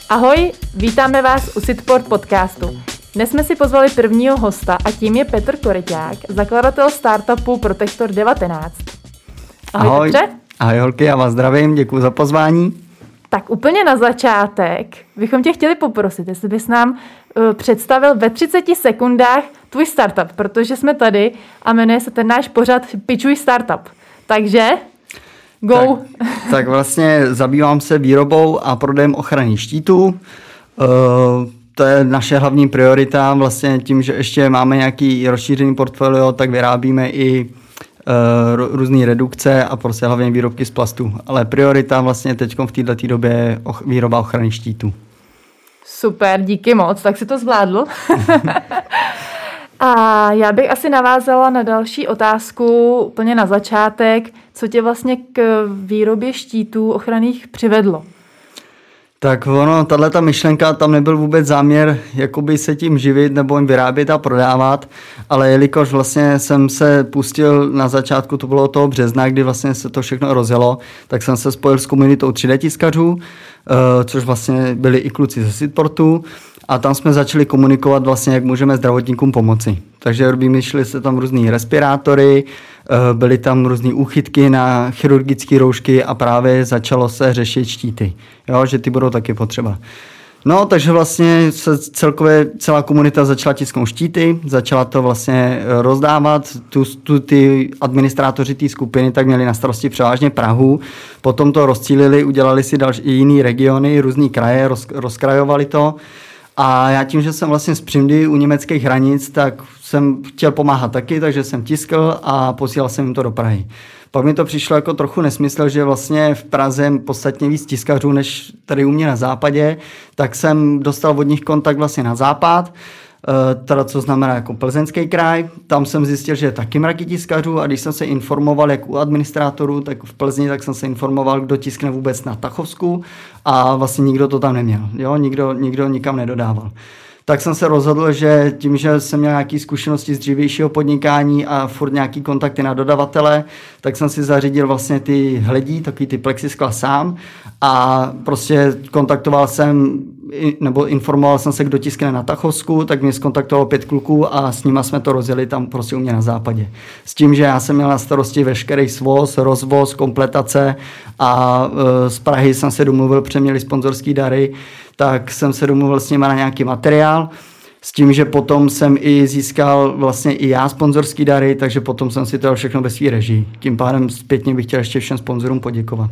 Ahoj, vítáme vás u Sitport podcastu. Dnes jsme si pozvali prvního hosta a tím je Petr Koryťák, zakladatel startupu Protector 19. Ahoj Petře. Ahoj holky, já vás zdravím, děkuji za pozvání. Tak úplně na začátek bychom tě chtěli poprosit, jestli bys nám představil ve 30 sekundách tvůj startup, protože jsme tady a jmenuje se ten náš pořad Pitchuj startup. Takže go! Tak vlastně zabývám se výrobou a prodejem ochranných štítů. To je naše hlavní priorita. Vlastně tím, že ještě máme nějaký rozšířený portfolio, tak vyrábíme i různé redukce a prostě hlavně výrobky z plastu. Ale priorita vlastně teď v této době je výroba ochranných štítů. Super, díky moc, tak si to zvládl. A já bych asi navázala na další otázku úplně na začátek. Co tě vlastně k výrobě štítů ochranných přivedlo? Tak tato myšlenka, tam nebyl vůbec záměr jakoby se tím živit nebo jim vyrábět a prodávat, ale jelikož vlastně jsem se pustil na začátku, to bylo toho března, kdy vlastně se to všechno rozjelo, tak jsem se spojil s komunitou 3D tiskařů, což vlastně byli i kluci ze Sitportu, a tam jsme začali komunikovat vlastně, jak můžeme zdravotníkům pomoci. Takže vymýšleli se tam různý respirátory, byly tam různý úchytky na chirurgické roušky a právě začalo se řešit štíty, jo, že ty budou taky potřeba. No, takže vlastně se celkově celá komunita začala tisknout štíty, začala to vlastně rozdávat, ty administrátoři té skupiny tak měli na starosti převážně Prahu, potom to rozcílili, udělali si další jiný regiony, různý kraje, rozkrajovali to. A já tím, že jsem vlastně z Přimdy u německých hranic, tak jsem chtěl pomáhat taky, takže jsem tiskl a posílal jsem jim to do Prahy. Pak mi to přišlo jako trochu nesmysl, že vlastně v Praze je podstatně víc tiskařů, než tady u mě na západě, tak jsem dostal od nich kontakt vlastně na západ, teda co znamená jako Plzeňský kraj. Tam jsem zjistil, že je taky mraky tiskařů a když jsem se informoval jak u administrátorů, tak v Plzni, tak jsem se informoval, kdo tiskne vůbec na Tachovsku a vlastně nikdo to tam neměl. Jo? Nikdo nikam nedodával. Tak jsem se rozhodl, že tím, že jsem měl nějaké zkušenosti z dřívějšího podnikání a furt nějaký kontakty na dodavatele, tak jsem si zařídil vlastně ty hledí, takový ty plexiskla sám a prostě kontaktoval jsem nebo informoval jsem se, kdo tiskne na Tachovsku, tak mě zkontaktovalo 5 kluků a s nima jsme to rozjeli tam prostě u mě na západě. S tím, že já jsem měl na starosti veškerý svoz, rozvoz, kompletace a z Prahy jsem se domluvil, protože měli sponzorský dary, tak jsem se domluvil s nimi na nějaký materiál, s tím, že potom jsem i získal vlastně i já sponzorský dary, takže potom jsem si to dal všechno ve svý režii. Tím pádem zpětně bych chtěl ještě všem sponzorům poděkovat.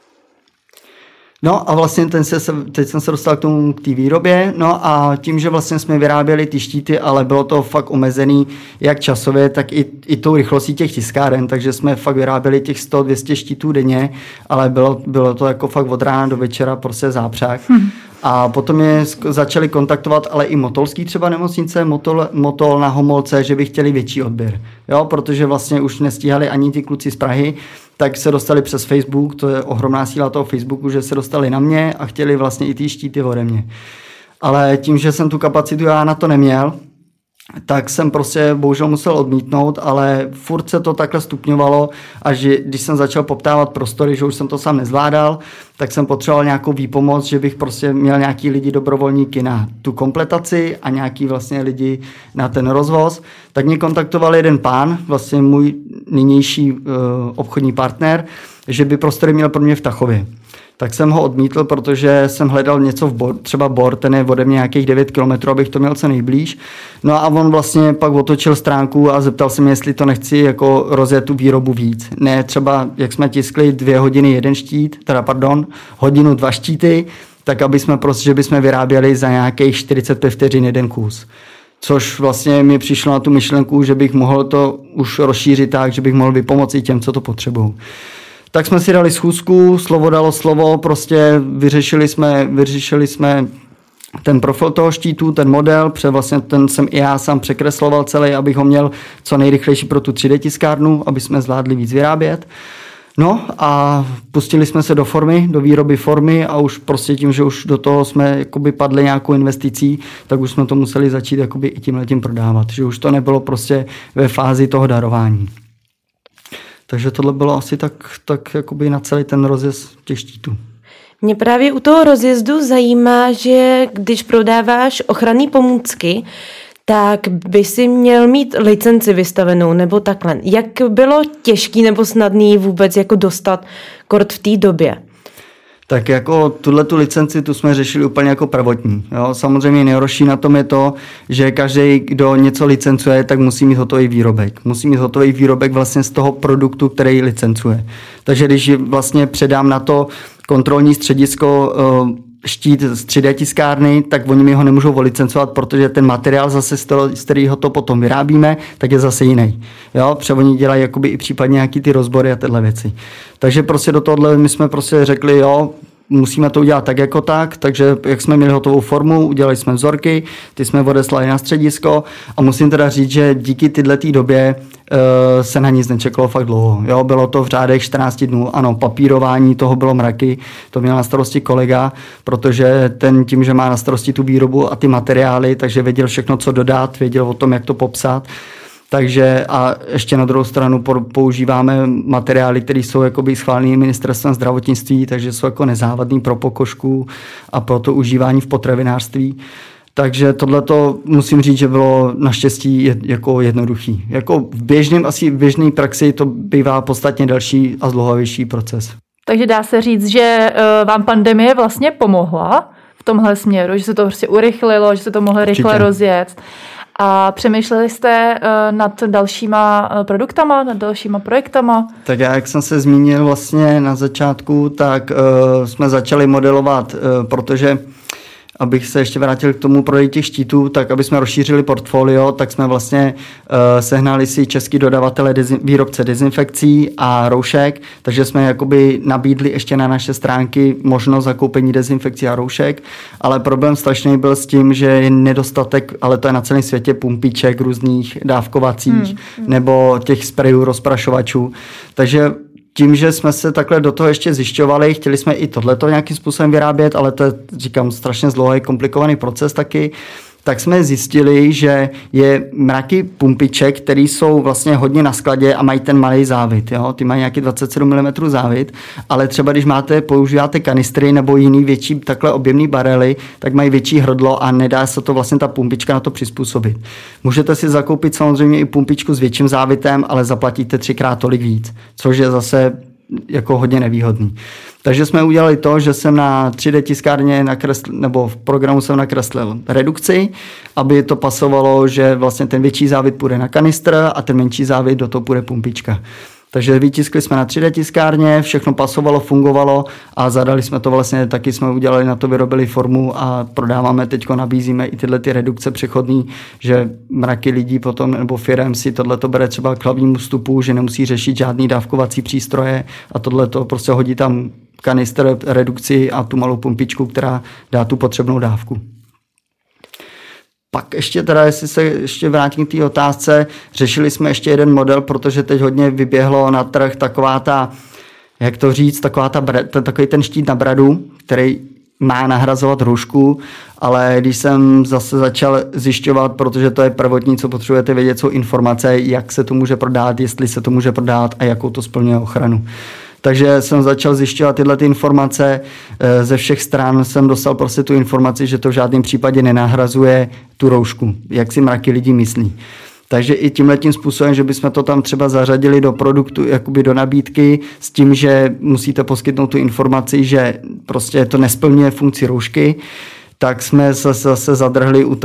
No a vlastně teď jsem se dostal k té výrobě, no a tím, že vlastně jsme vyráběli ty štíty, ale bylo to fakt omezený jak časově, tak i tou rychlostí těch tiskáren, takže jsme fakt vyráběli těch 100-200 štítů denně, ale bylo to jako fakt od rána do večera prostě zápřah. A potom mě začali kontaktovat ale i motolský třeba nemocnice, Motol na Homolce, že by chtěli větší odběr, jo, protože vlastně už nestíhali ani ty kluci z Prahy, tak se dostali přes Facebook, to je ohromná síla toho Facebooku, že se dostali na mě a chtěli vlastně i ty štíty ode mě. Ale tím, že jsem tu kapacitu já na to neměl, tak jsem prostě bohužel musel odmítnout, ale furt se to takhle stupňovalo a že když jsem začal poptávat prostory, že už jsem to sám nezvládal, tak jsem potřeboval nějakou výpomoc, že bych prostě měl nějaký lidi dobrovolníky na tu kompletaci a nějaký vlastně lidi na ten rozvoz. Tak mě kontaktoval jeden pán, vlastně můj nynější obchodní partner, že by prostory měl pro mě v Tachově. Tak jsem ho odmítl, protože jsem hledal něco třeba Bor, ten je ode mě nějakých 9 km, abych to měl co nejblíž. No a on vlastně pak otočil stránku a zeptal se mě, jestli to nechci jako rozjet tu výrobu víc. Ne třeba, jak jsme tiskli 2 hodiny jeden štít, hodinu 2 štíty, tak aby jsme prostě, že bychom vyráběli za nějakých 45 vteřin jeden kus. Což vlastně mi přišlo na tu myšlenku, že bych mohl to už rozšířit tak, že bych mohl vypomoci těm, co to potřebují. Tak jsme si dali schůzku, slovo dalo slovo, prostě vyřešili jsme ten profil toho štítu, ten model, protože vlastně ten jsem i já sám překresloval celý, abych ho měl co nejrychlejší pro tu 3D tiskárnu, aby jsme zvládli víc vyrábět. No a pustili jsme se do výroby formy a už prostě tím, že už do toho jsme jakoby padli nějakou investicí, tak už jsme to museli začít jakoby i tímhletím prodávat, že už to nebylo prostě ve fázi toho darování. Takže tohle bylo asi tak jakoby na celý ten rozjezd těch štítů. Mě právě u toho rozjezdu zajímá, že když prodáváš ochranné pomůcky, tak by si měl mít licenci vystavenou nebo takhle. Jak bylo těžký nebo snadný vůbec jako dostat kort v té době? Tak jako tu licenci tu jsme řešili úplně jako prvotní. Jo? Samozřejmě nejhorší na tom je to, že každý, kdo něco licencuje, tak musí mít hotový výrobek. Musí mít hotový výrobek vlastně z toho produktu, který licencuje. Takže když vlastně předám na to kontrolní středisko štít z 3D tiskárny, tak oni mi ho nemůžou volicencovat, protože ten materiál zase, z kterého to potom vyrábíme, tak je zase jiný. Jo, protože oni dělají jakoby i případně nějaký ty rozbory a tyhle věci. Takže prostě do tohohle my jsme prostě řekli, jo, musíme to udělat tak jako tak, takže jak jsme měli hotovou formu, udělali jsme vzorky, ty jsme odeslali na středisko a musím teda říct, že díky této době se na nic nečekalo fakt dlouho. Jo, bylo to v řádech 14 dnů, ano, papírování toho bylo mraky, to měl na starosti kolega, protože ten tím, že má na starosti tu výrobu a ty materiály, takže věděl všechno, co dodat, věděl o tom, jak to popsat. Takže a ještě na druhou stranu používáme materiály, které jsou jakoby schválené ministerstvem zdravotnictví, takže jsou jako nezávadný pro pokožku a pro to užívání v potravinářství. Takže tohleto musím říct, že bylo naštěstí jako jednoduchý. Jako v běžné praxi to bývá podstatně delší a zdlouhavější proces. Takže dá se říct, že vám pandemie vlastně pomohla v tomhle směru, že se to prostě urychlilo, že se to mohlo rychle rozjet. A přemýšleli jste nad dalšíma produktama, nad dalšíma projektama? Tak já, jak jsem se zmínil vlastně na začátku, tak jsme začali modelovat, protože abych se ještě vrátil k tomu prodeji těch štítů, tak aby jsme rozšířili portfolio, tak jsme vlastně sehnali si český dodavatele výrobce dezinfekcí a roušek, takže jsme jakoby nabídli ještě na naše stránky možnost zakoupení dezinfekcí a roušek, ale problém strašný byl s tím, že je nedostatek, ale to je na celém světě, pumpiček různých dávkovacích nebo těch sprejů, rozprašovačů, takže tím, že jsme se takhle do toho ještě zjišťovali, chtěli jsme i tohleto nějakým způsobem vyrábět, ale to je, říkám, strašně dlouhý, komplikovaný proces taky, tak jsme zjistili, že je mraky pumpiček, které jsou vlastně hodně na skladě a mají ten malý závit. Jo? Ty mají nějaký 27 mm závit, ale třeba když používáte kanistry nebo jiný větší takhle objemný barely, tak mají větší hrdlo a nedá se to vlastně ta pumpička na to přizpůsobit. Můžete si zakoupit samozřejmě i pumpičku s větším závitem, ale zaplatíte 3x tolik víc, což je zase jako hodně nevýhodný. Takže jsme udělali to, že jsem na 3D tiskárně nebo v programu jsem nakreslil redukci, aby to pasovalo, že vlastně ten větší závit půjde na kanistr a ten menší závit do toho půjde pumpička. Takže vytiskli jsme na 3D tiskárně, všechno pasovalo, fungovalo a zadali jsme to vlastně, taky jsme udělali, na to vyrobili formu a prodáváme, teďko nabízíme i tyhle ty redukce přechodný, že mraky lidí potom nebo firem si tohleto bere třeba k hlavnímu vstupu, že nemusí řešit žádný dávkovací přístroje a tohleto prostě hodí tam kanistr, redukci a tu malou pumpičku, která dá tu potřebnou dávku. Pak ještě teda, jestli se ještě vrátím k té otázce, řešili jsme ještě jeden model, protože teď hodně vyběhlo na trh taková ta, jak to říct, takový ten štít na bradu, který má nahrazovat roušku, ale když jsem zase začal zjišťovat, protože to je prvotní, co potřebujete vědět, jsou informace, jak se to může prodávat, jestli se to může prodávat a jakou to splňuje ochranu. Takže jsem začal zjišťovat tyhle ty informace, ze všech stran jsem dostal prostě tu informaci, že to v žádném případě nenahrazuje tu roušku, jak si mraky lidí myslí. Takže i tímhletím způsobem, že bychom to tam třeba zařadili do produktu, jakoby do nabídky s tím, že musíte poskytnout tu informaci, že prostě to nesplňuje funkci roušky, tak jsme se zase zadrhli u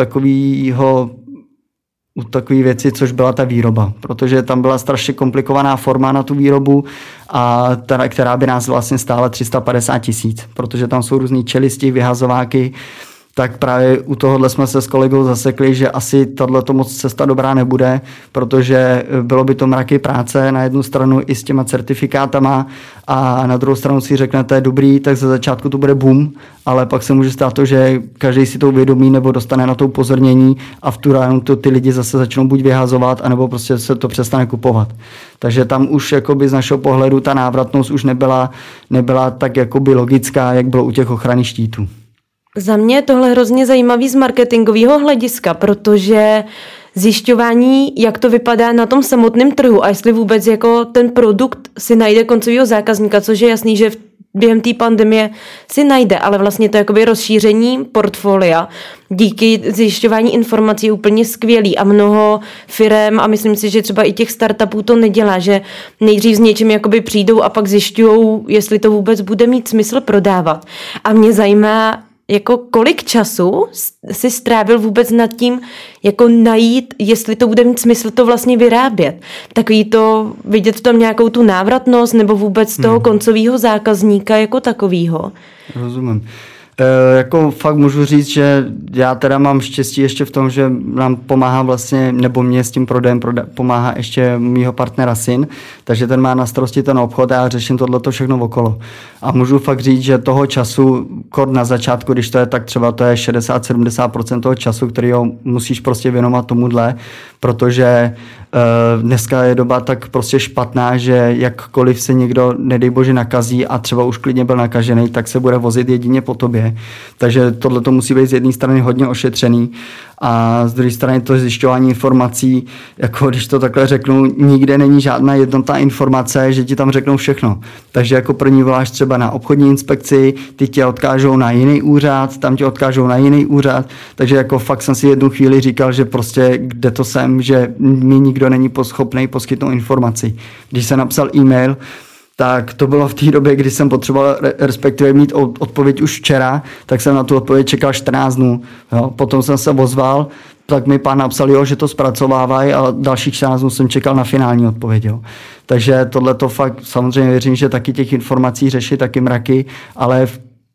takové věci, což byla ta výroba, protože tam byla strašně komplikovaná forma na tu výrobu, a která by nás vlastně stála 350 000, protože tam jsou různý čelisti, vyhazováky, tak právě u tohohle jsme se s kolegou zasekli, že asi tohleto moc cesta dobrá nebude, protože bylo by to mraky práce na jednu stranu i s těma certifikátama a na druhou stranu si řeknete dobrý, tak ze začátku to bude boom, ale pak se může stát to, že každý si to uvědomí nebo dostane na to upozornění a v tu ránu ty lidi zase začnou buď vyhazovat, anebo prostě se to přestane kupovat. Takže tam už jakoby z našeho pohledu ta návratnost už nebyla tak jakoby logická, jak bylo u těch ochranných štítů. Za mě je tohle hrozně zajímavý z marketingového hlediska, protože zjišťování, jak to vypadá na tom samotném trhu a jestli vůbec jako ten produkt si najde koncového zákazníka, což je jasný, že v během té pandemie si najde, ale vlastně to jakoby rozšíření portfolia díky zjišťování informací je úplně skvělý a mnoho firem a myslím si, že třeba i těch startupů to nedělá, že nejdřív s něčím jakoby přijdou a pak zjišťujou, jestli to vůbec bude mít smysl prodávat. A mě zajímá, jako kolik času si strávil vůbec nad tím, jako najít, jestli to bude mít smysl to vlastně vyrábět. Takový to, vidět v tom nějakou tu návratnost nebo vůbec toho koncového zákazníka jako takovýho. Rozumím. Jako fakt můžu říct, že já teda mám štěstí ještě v tom, že nám pomáhá vlastně, nebo mě s tím prodejem pomáhá ještě mýho partnera syn, takže ten má na starosti ten obchod a já řeším tohleto všechno okolo. A můžu fakt říct, že toho času, na začátku, když to je tak třeba to je 60-70% toho času, kterýho musíš prostě věnovat tomuhle, protože dneska je doba tak prostě špatná, že jakkoliv se někdo, nedej bože, nakazí a třeba už klidně byl nakažený, tak se bude vozit jedině po tobě. Takže tohle to musí být z jedné strany hodně ošetřený a z druhé strany to zjišťování informací, jako když to takhle řeknu, nikde není žádná jednotná informace, že ti tam řeknou všechno. Takže jako první voláš třeba na obchodní inspekci, ty tě odkážou na jiný úřad, tam tě odkážou na jiný úřad, takže jako fakt jsem si jednu chvíli říkal, že prostě kde to jsem, že mi nikdo není schopný poskytnout informaci. Když jsem napsal e-mail, tak to bylo v té době, kdy jsem potřeboval respektive mít odpověď už včera, tak jsem na tu odpověď čekal 14 dnů. Jo. Potom jsem se ozval, tak mi pán napsal, jo, že to zpracovávají a dalších 14 dnů jsem čekal na finální odpověď. Jo. Takže tohle to fakt samozřejmě věřím, že taky těch informací řeší taky mraky, ale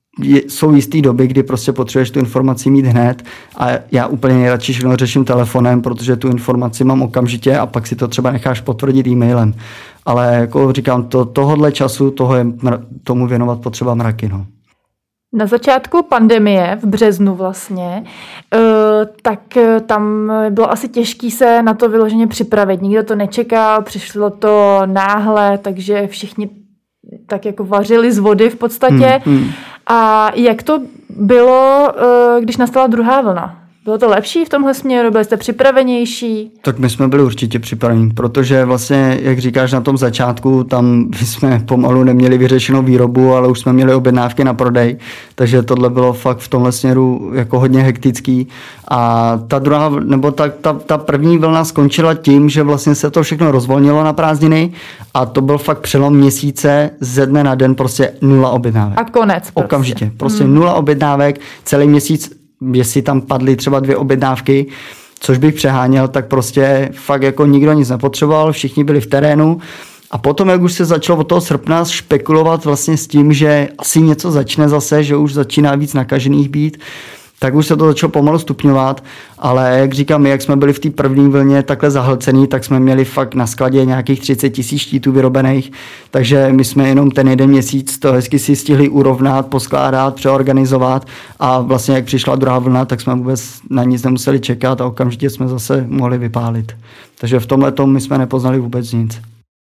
jsou jistý doby, kdy prostě potřebuješ tu informaci mít hned a já úplně nejradši všechno řeším telefonem, protože tu informaci mám okamžitě a pak si to třeba necháš potvrdit e-mailem. Ale jako říkám, tohodle času tomu věnovat potřeba mraky. No. Na začátku pandemie, v březnu vlastně, tak tam bylo asi těžké se na to vyloženě připravit. Nikdo to nečekal, přišlo to náhle, takže všichni tak jako vařili z vody v podstatě. A jak to bylo, když nastala druhá vlna? Bylo to lepší v tomhle směru? Byli jste připravenější? Tak my jsme byli určitě připraveni, protože vlastně, jak říkáš na tom začátku, tam jsme pomalu neměli vyřešenou výrobu, ale už jsme měli objednávky na prodej, takže tohle bylo fakt v tomhle směru jako hodně hektický. A ta druhá, nebo ta první vlna skončila tím, že vlastně se to všechno rozvolnilo na prázdniny a to byl fakt přelom měsíce, ze dne na den prostě 0 objednávek. A konec. Prostě. Okamžitě. Prostě 0 objednávek, celý měsíc, jestli tam padly třeba 2 objednávky, což bych přeháněl, tak prostě fakt jako nikdo nic nepotřeboval, všichni byli v terénu. A potom, jak už se začalo od toho srpna špekulovat vlastně s tím, že asi něco začne zase, že už začíná víc nakažených být, tak už se to začalo pomalu stupňovat, ale jak říkám, jak jsme byli v té první vlně takhle zahlcený, tak jsme měli fakt na skladě nějakých 30 000 štítů vyrobených, takže my jsme jenom ten jeden měsíc to hezky si stihli urovnat, poskládat, přeorganizovat a vlastně jak přišla druhá vlna, tak jsme vůbec na nic nemuseli čekat a okamžitě jsme zase mohli vypálit. Takže v tomhletom my jsme nepoznali vůbec nic.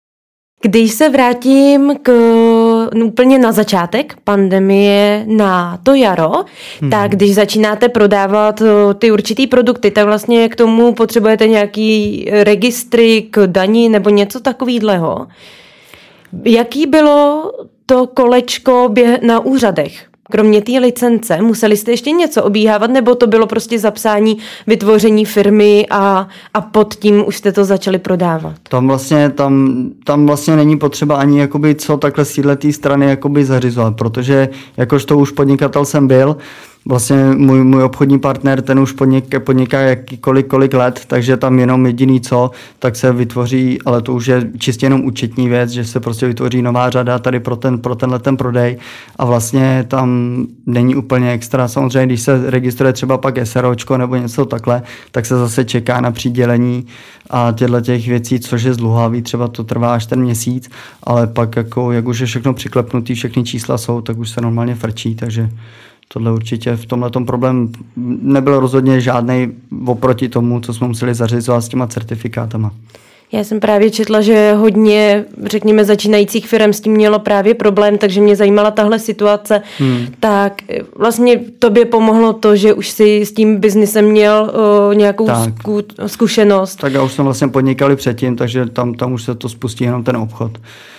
Když se vrátím úplně na začátek pandemie na to jaro, tak když začínáte prodávat ty určitý produkty, tak vlastně k tomu potřebujete nějaký registry k daní nebo něco takového. Jaký bylo to kolečko na úřadech? Kromě té licence, museli jste ještě něco obíhávat, nebo to bylo prostě zapsání, vytvoření firmy a pod tím už jste to začali prodávat? Tam vlastně není potřeba ani jakoby co takhle z této strany jakoby zařizovat, protože jakožto už podnikatel jsem byl, vlastně můj obchodní partner, ten už podniká kolik let, takže tam jenom jediný co, tak se vytvoří, ale to už je čistě jenom účetní věc, že se prostě vytvoří nová řada tady pro tenhle prodej a vlastně tam není úplně extra. Samozřejmě, když se registruje třeba pak SROčko nebo něco takhle, tak se zase čeká na přidělení a těch věcí, což je zdlouhavý, třeba to trvá až ten měsíc, ale pak jako, jak už je všechno přiklepnutý, všechny čísla jsou, tak už se normálně frčí, takže tohle určitě v tomhletom problém nebyl rozhodně žádnej oproti tomu, co jsme museli zařizovat s těma certifikátama. Já jsem právě četla, že hodně, řekněme, začínajících firm s tím mělo právě problém, takže mě zajímala tahle situace. Tak vlastně tobě pomohlo to, že už si s tím biznisem měl nějakou zkušenost. Tak já už jsem vlastně podnikali předtím, takže tam už se to spustí jenom ten obchod.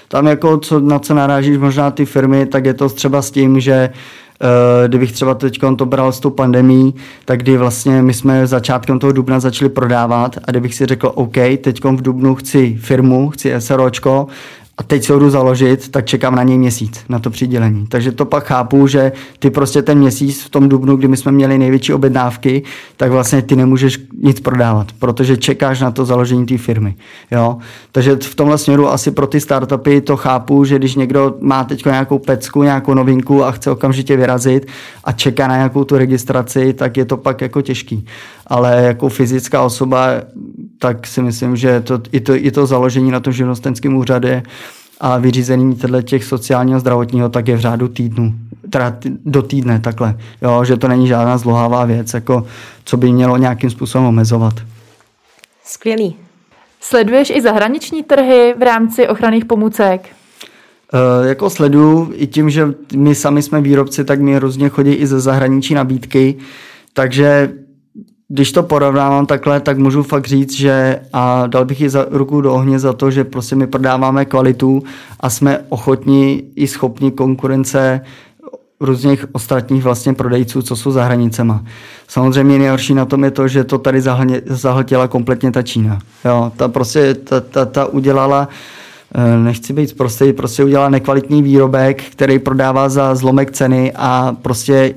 Tam jako na co narážíš možná ty firmy, tak je to třeba s tím, že kdybych třeba teď to bral s tou pandemií, tak kdy vlastně my jsme začátkem toho dubna začali prodávat a kdybych si řekl, OK, teď v dubnu chci firmu, chci SROčko, a teď se jdu založit, tak čekám na něj měsíc, na to přidělení. Takže to pak chápu, že ty prostě ten měsíc v tom dubnu, kdy my jsme měli největší objednávky, tak vlastně ty nemůžeš nic prodávat, protože čekáš na to založení té firmy. Jo? Takže v tomhle směru asi pro ty startupy to chápu, že když někdo má teď nějakou pecku, nějakou novinku a chce okamžitě vyrazit a čeká na nějakou tu registraci, tak je to pak jako těžký. Ale jako fyzická osoba, tak si myslím, že i to založení na tom živnostenském úřadě a vyřízení těch sociálního zdravotního, tak je v řádu týdnu, teda do týdne takhle. Jo, že to není žádná zdlouhavá věc, jako co by mělo nějakým způsobem omezovat. Skvělý. Sleduješ i zahraniční trhy v rámci ochranných pomůcek? Jako sleduju i tím, že my sami jsme výrobci, tak mi různě chodí i ze zahraničí nabídky, takže když to porovnávám takhle, tak můžu fakt říct, že a dal bych ji ruku do ohně za to, že prostě my prodáváme kvalitu a jsme ochotní i schopni konkurence různých ostatních vlastně prodejců, co jsou za hranicema. Samozřejmě nejhorší na tom je to, že to tady zahltila kompletně ta Čína. Jo, ta udělala, nechci být prostý, prostě udělala nekvalitní výrobek, který prodává za zlomek ceny a prostě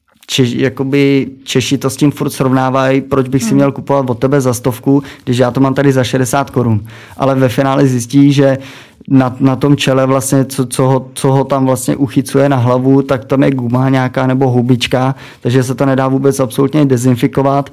Češi to s tím furt srovnávají, proč bych si měl kupovat od tebe za 100, když já to mám tady za 60 korun. Ale ve finále zjistí, že na tom čele vlastně, co ho tam vlastně uchycuje na hlavu, tak tam je guma nějaká nebo houbička, takže se to nedá vůbec absolutně dezinfikovat.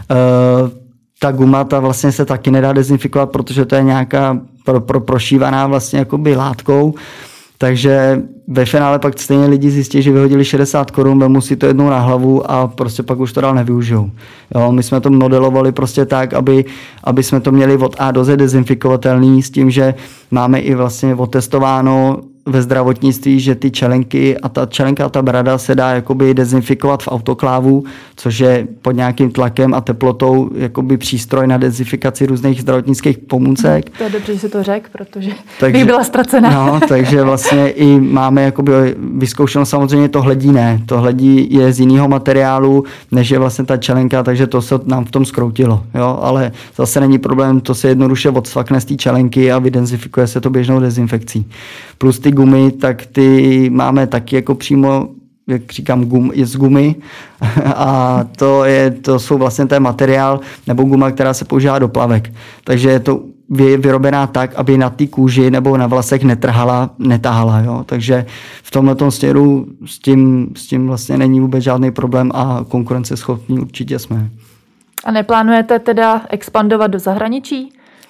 Ta guma vlastně se taky nedá dezinfikovat, protože to je nějaká prošívaná vlastně jakoby látkou. Takže ve finále pak stejně lidi zjistí, že vyhodili 60 korun, vemu si to jednou na hlavu a prostě pak už to dál nevyužijou. Jo, my jsme to modelovali prostě tak, aby jsme to měli od A do Z dezinfikovatelný s tím, že máme i vlastně otestováno ve zdravotnictví, že ty čelenky a ta čelenka a ta brada se dá jakoby dezinfikovat v autoklávu, což je pod nějakým tlakem a teplotou jakoby přístroj na dezinfikaci různých zdravotnických pomůcek. To je dobře, že jsi to řekl, protože bych byla ztracená. No, takže vlastně i máme jakoby vyzkoušeno samozřejmě to hledí ne. To hledí je z jiného materiálu, než je vlastně ta čelenka, takže to se nám v tom zkroutilo. Jo? Ale zase není problém, to se jednoduše odsvakne z té čelenky a vydezinfikuje se to běžnou dezinfekcí. Plus ty gumy, tak ty máme taky jako přímo, jak říkám, je z gumy a to jsou vlastně ten materiál nebo guma, která se používá do plavek. Takže je to vyrobená tak, aby na té kůži nebo na vlasech netahala. Jo? Takže v tomhletom směru s tím vlastně není vůbec žádný problém a konkurenceschopní určitě jsme. A neplánujete teda expandovat do zahraničí?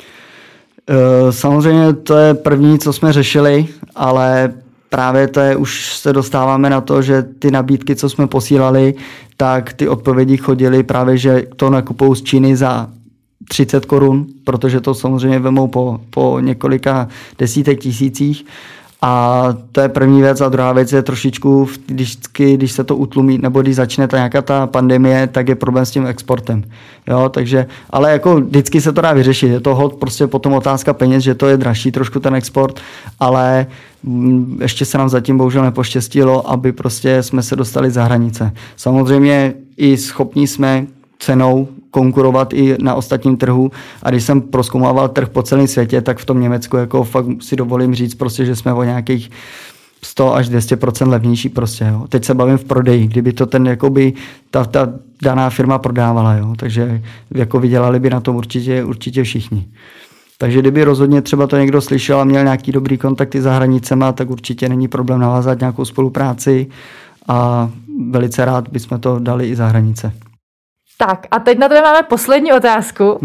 Samozřejmě to je první, co jsme řešili, ale právě už se dostáváme na to, že ty nabídky, co jsme posílali, tak ty odpovědi chodily právě, že to nakupují z Číny za 30 korun, protože to samozřejmě vemou po několika desítek tisících. A to je první věc a druhá věc je trošičku, když se to utlumí, nebo když začne nějaká ta pandemie, tak je problém s tím exportem. Jo, takže, ale jako vždycky se to dá vyřešit. Je to prostě potom otázka peněz, že to je dražší trošku ten export, ale ještě se nám zatím bohužel nepoštěstilo, aby prostě jsme se dostali za hranice. Samozřejmě i schopní jsme cenou konkurovat i na ostatním trhu a když jsem prozkoumával trh po celém světě, tak v tom Německu jako fakt si dovolím říct prostě, že jsme o nějakých 100 až 200% levnější prostě, jo. Teď se bavím v prodeji, kdyby to ta daná firma prodávala, jo. Takže jako vydělali by na tom určitě všichni. Takže kdyby rozhodně třeba to někdo slyšel a měl nějaký dobrý kontakty za hranicema, tak určitě není problém navázat nějakou spolupráci a velice rád bychom to dali i za hranice. Tak a teď na to máme poslední otázku.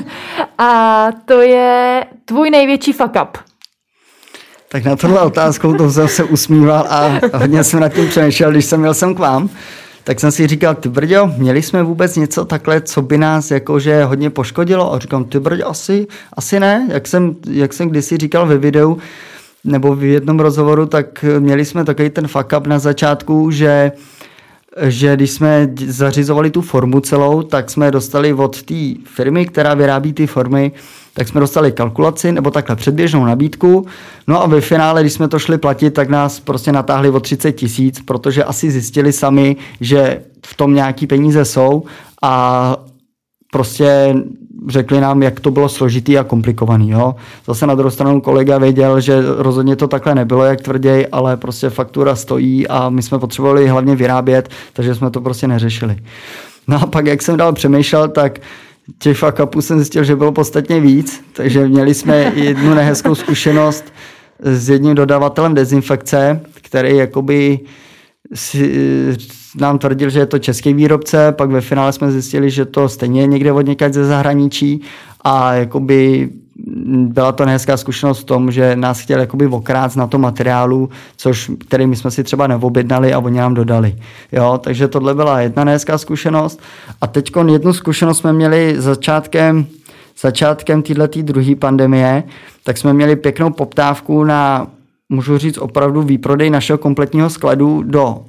A to je tvůj největší fuck up. Tak na tohle otázku to jsem se usmíval a hodně jsem nad tím přemýšlel, když jsem měl sem k vám. Tak jsem si říkal, ty brďo, měli jsme vůbec něco takhle, co by nás jakože hodně poškodilo? A říkám, ty brďo, asi ne. Jak jsem kdysi říkal ve videu, nebo v jednom rozhovoru, tak měli jsme takový ten fuck up na začátku, že že když jsme zařizovali tu formu celou, tak jsme dostali od té firmy, která vyrábí ty formy, tak jsme dostali kalkulaci nebo takhle předběžnou nabídku. No a ve finále, když jsme to šli platit, tak nás prostě natáhli o 30 000, protože asi zjistili sami, že v tom nějaký peníze jsou a prostě řekli nám, jak to bylo složitý a komplikovaný. Jo? Zase na druhou stranu kolega věděl, že rozhodně to takhle nebylo, jak tvrději, ale prostě faktura stojí a my jsme potřebovali hlavně vyrábět, takže jsme to prostě neřešili. No a pak, jak jsem dál přemýšlel, tak těch fuck-upů jsem zjistil, že bylo podstatně víc, takže měli jsme jednu nehezkou zkušenost s jedním dodavatelem dezinfekce, který jakoby nám tvrdil, že je to český výrobce, pak ve finále jsme zjistili, že to stejně je někde od někaď ze zahraničí a jakoby byla to nehezká zkušenost v tom, že nás chtěli jakoby okrást na tom materiálu, který my jsme si třeba neobjednali a oni nám dodali. Jo, takže tohle byla jedna nehezká zkušenost a teďkon jednu zkušenost jsme měli začátkem této druhé pandemie, tak jsme měli pěknou poptávku na, můžu říct, opravdu výprodej našeho kompletního skladu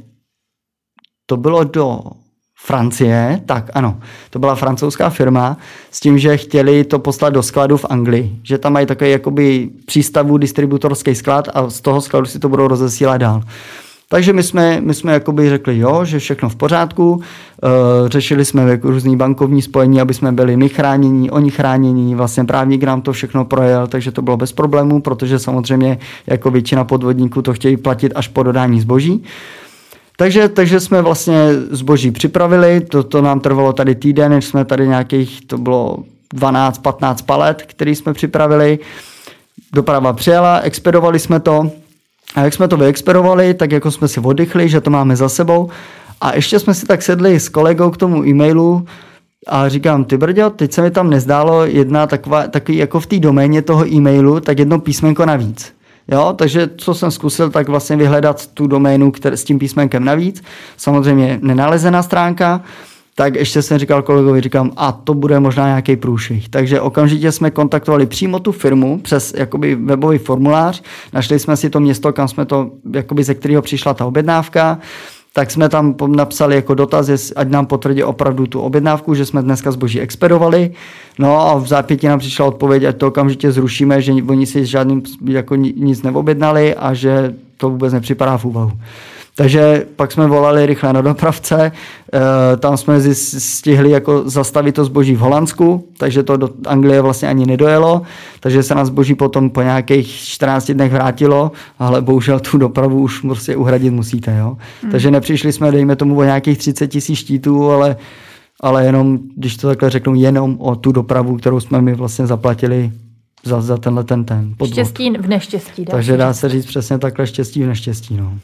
to bylo do Francie, tak ano, to byla francouzská firma s tím, že chtěli to poslat do skladu v Anglii, že tam mají takový jakoby přístavu distributorský sklad a z toho skladu si to budou rozesílat dál. Takže my jsme jakoby řekli jo, že všechno v pořádku, řešili jsme různý bankovní spojení, aby jsme byli my chránění, oni chránění, vlastně právník nám to všechno projel, takže to bylo bez problémů, protože samozřejmě jako většina podvodníků to chtějí platit až po dodání zboží. Takže jsme vlastně zboží připravili, to nám trvalo tady týden, než jsme tady to bylo 12-15 palet, který jsme připravili. Doprava přijela, expedovali jsme to a jak jsme to vyexpedovali, tak jako jsme si oddychli, že to máme za sebou a ještě jsme si tak sedli s kolegou k tomu e-mailu a říkám, ty brďo, teď se mi tam nezdálo takový jako v té doméně toho e-mailu, tak jedno písmenko navíc. Jo, takže co jsem zkusil, tak vlastně vyhledat tu doménu s tím písmenkem navíc. Samozřejmě nenalezená stránka, tak ještě jsem říkal kolegovi, a to bude možná nějaký průšvih. Takže okamžitě jsme kontaktovali přímo tu firmu přes jakoby webový formulář, našli jsme si to město, kam jsme to, jakoby ze kterého přišla ta objednávka, tak jsme tam napsali jako dotaz, ať nám potvrdí opravdu tu objednávku, že jsme dneska zboží expedovali. No a v zápěti nám přišla odpověď, ať to okamžitě zrušíme, že oni si žádným jako nic neobjednali a že to vůbec nepřipadá v úvahu. Takže pak jsme volali rychle na dopravce, tam jsme stihli jako zastavit to zboží v Holandsku, takže to do Anglie vlastně ani nedojelo, takže se nás zboží potom po nějakých 14 dnech vrátilo, ale bohužel tu dopravu už prostě uhradit musíte. Jo? Takže nepřišli jsme, dejme tomu, o nějakých 30 000 štítů, ale jenom, když to takhle řeknu, jenom o tu dopravu, kterou jsme mi vlastně zaplatili za tenhle ten podvod. Štěstí v neštěstí. Takže dá se říct přesně takhle štěstí v neštěstí. No.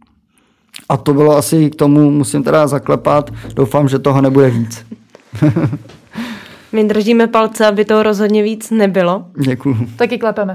A to bylo asi k tomu, musím teda zaklepat, doufám, že toho nebude víc. My držíme palce, aby toho rozhodně víc nebylo. Děkuju. Taky klepeme.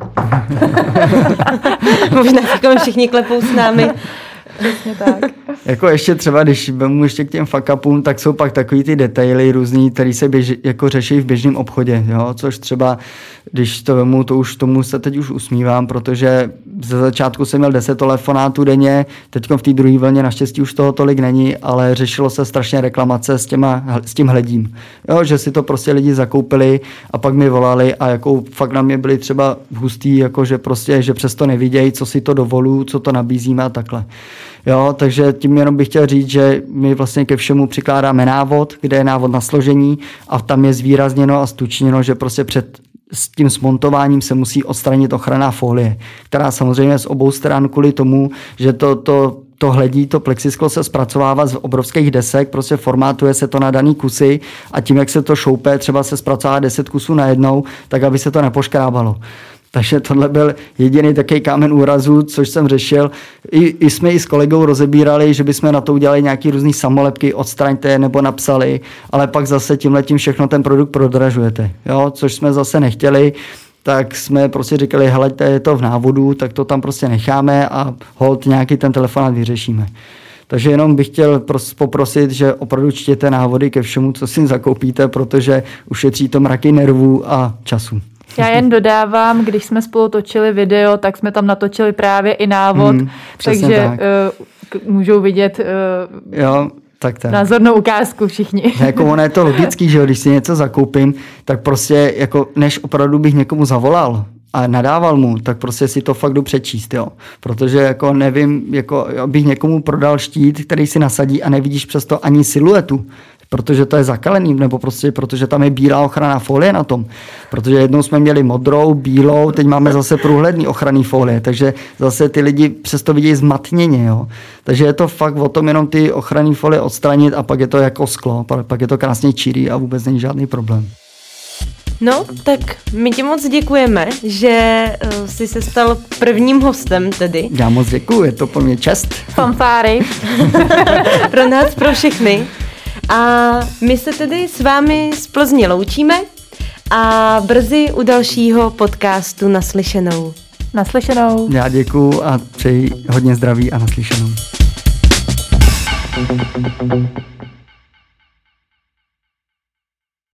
Možná všichni klepou s námi. Přesně tak. Jako ještě třeba, když vemu ještě k těm fuck-upům, tak jsou pak takový ty detaily různý, který se jako řeší v běžném obchodě, jo? Což třeba, když to vemu, tomu se teď už usmívám, protože ze začátku jsem měl 10 telefonátů denně, teď v té druhé vlně naštěstí už toho tolik není, ale řešilo se strašně reklamace s tím hledím. Jo? Že si to prostě lidi zakoupili a pak mi volali a jako fakt na mě byli třeba hustý, jako že prostě, že přesto nevidějí, co si to dovoluju, co to nabízíme a takhle. Jo, takže tím jenom bych chtěl říct, že my vlastně ke všemu přikládáme návod, kde je návod na složení a tam je zvýrazněno a stučněno, že prostě před s tím smontováním se musí odstranit ochranná folie, která samozřejmě z obou stran kvůli tomu, že to hledí, to plexisklo se zpracovává z obrovských desek, prostě formátuje se to na daný kusy a tím, jak se to šoupe, třeba se zpracovává 10 kusů najednou, tak aby se to nepoškrábalo. Takže tohle byl jediný takový kámen úrazu, což jsem řešil. Jsme i s kolegou rozebírali, že bychom na to udělali nějaký různý samolepky, odstraňte nebo napsali, ale pak zase tímhletím všechno ten produkt prodražujete. Jo? Což jsme zase nechtěli, tak jsme prostě říkali, hele, je to v návodu, tak to tam prostě necháme a holt nějaký ten telefonát vyřešíme. Takže jenom bych chtěl poprosit, že opravdu čtěte návody ke všemu, co si zakoupíte, protože ušetří to mraky nervů a času. Já jen dodávám, když jsme spolu točili video, tak jsme tam natočili právě i návod, takže tak. Můžou vidět. Jo, Tak. Názornou ukázku všichni. Jako ono je to logický, že jo, když si něco zakoupím, tak prostě jako než opravdu bych někomu zavolal a nadával mu, tak prostě si to fakt jdu přečíst, jo. Protože jako nevím, jako bych někomu prodal štít, který si nasadí a nevidíš přesto ani siluetu, protože to je zakalený, nebo prostě protože tam je bílá ochranná folie na tom. Protože jednou jsme měli modrou, bílou, teď máme zase průhledný ochranný folie, takže zase ty lidi přesto vidějí zmatněně, jo. Takže je to fakt o tom jenom ty ochranný folie odstranit a pak je to jako sklo, pak je to krásně čirý a vůbec není žádný problém. No, tak my ti moc děkujeme, že jsi se stal prvním hostem tedy. Já moc děkuju, je to pro mě čest. Fanfáry. Pro nás, pro všechny. A my se tedy s vámi z Plzně loučíme a brzy u dalšího podcastu naslyšenou. Naslyšenou. Já děkuju a přeji hodně zdraví a naslyšenou.